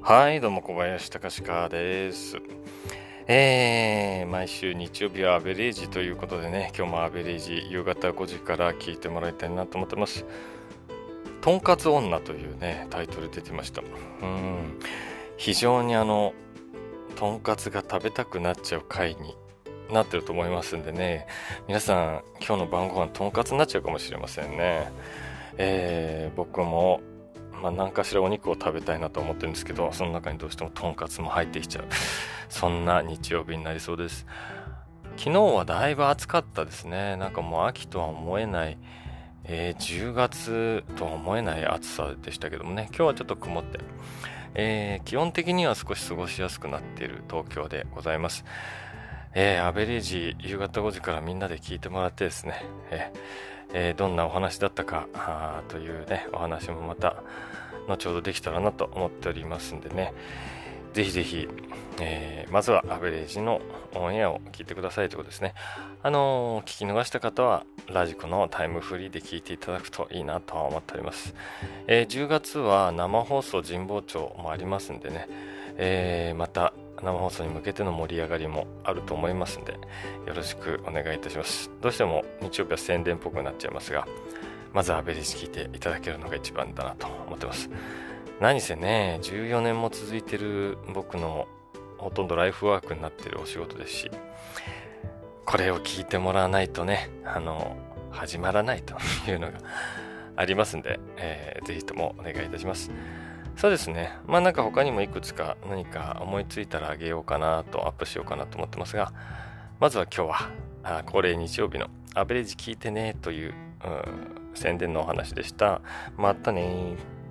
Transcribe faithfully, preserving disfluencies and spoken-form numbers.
はい、どうも小林隆史です。えー、毎週日曜日はアベレージということでね、今日もアベレージ夕方ごじから聞いてもらいたいなと思ってます。とんかつ女というね、タイトル出てました。うん、非常にあの、とんかつが食べたくなっちゃう回になってると思いますんでね、皆さん今日の晩ご飯とんかつになっちゃうかもしれませんね。えー、僕もまあ、何かしらお肉を食べたいなと思ってるんですけど、その中にどうしてもとんかつも入ってきちゃう。そんな日曜日になりそうです。昨日はだいぶ暑かったですね。なんかもう秋とは思えない、えーじゅうがつとは思えない暑さでしたけどもね、今日はちょっと曇って、えー気温的には少し過ごしやすくなっている東京でございます。えーアベレージ夕方ごじからみんなで聞いてもらってですね、えーえーどんなお話だったかあーというね、お話もまた後ほどできたらなと思っておりますんでね、ぜひぜひ、えーまずはアベレージのオンエアを聞いてくださいということですね。あのー聞き逃した方はラジコのタイムフリーで聞いていただくといいなとは思っております。えーじゅうがつは生放送神保町もありますんでね、えーまた生放送に向けての盛り上がりもあると思いますんで、よろしくお願いいたします。どうしても日曜日は宣伝っぽくなっちゃいますが、まずはアベレージ聞いていただけるのが一番だなと思ってます。何せね、じゅうよねんも続いてる僕のほとんどライフワークになってるお仕事ですし、これを聞いてもらわないとね、あの、始まらないというのがありますんで、えーぜひともお願いいたします。そうですね。まあなんか他にもいくつか何か思いついたらあげようかなとアップしようかなと思ってますが、まずは今日は、あ恒例日曜日のアベレージ聞いてねという、うん、宣伝のお話でした。またねー。